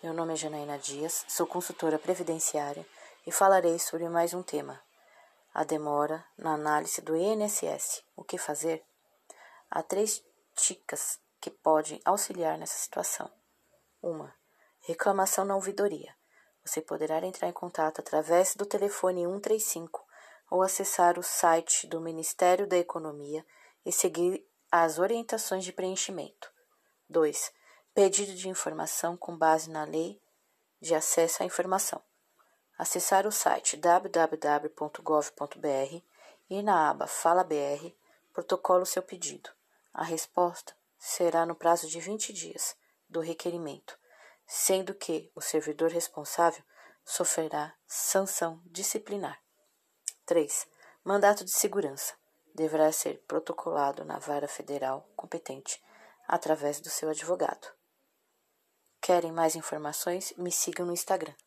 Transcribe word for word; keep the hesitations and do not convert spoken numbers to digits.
Meu nome é Janaína Dias, sou consultora previdenciária e falarei sobre mais um tema: a demora na análise do I N S S. O que fazer? Há três dicas que podem auxiliar nessa situação. uma. Reclamação na ouvidoria. Você poderá entrar em contato através do telefone cento e trinta e cinco ou acessar o site do Ministério da Economia e seguir as orientações de preenchimento. dois. Pedido de informação com base na Lei de Acesso à Informação. Acessar o site w w w ponto gov ponto b r e na aba Fala B R, protocolo seu pedido. A resposta será no prazo de vinte dias do requerimento, sendo que o servidor responsável sofrerá sanção disciplinar. três. Mandato de segurança. Deverá ser protocolado na vara federal competente, através do seu advogado. Querem mais informações? Me sigam no Instagram.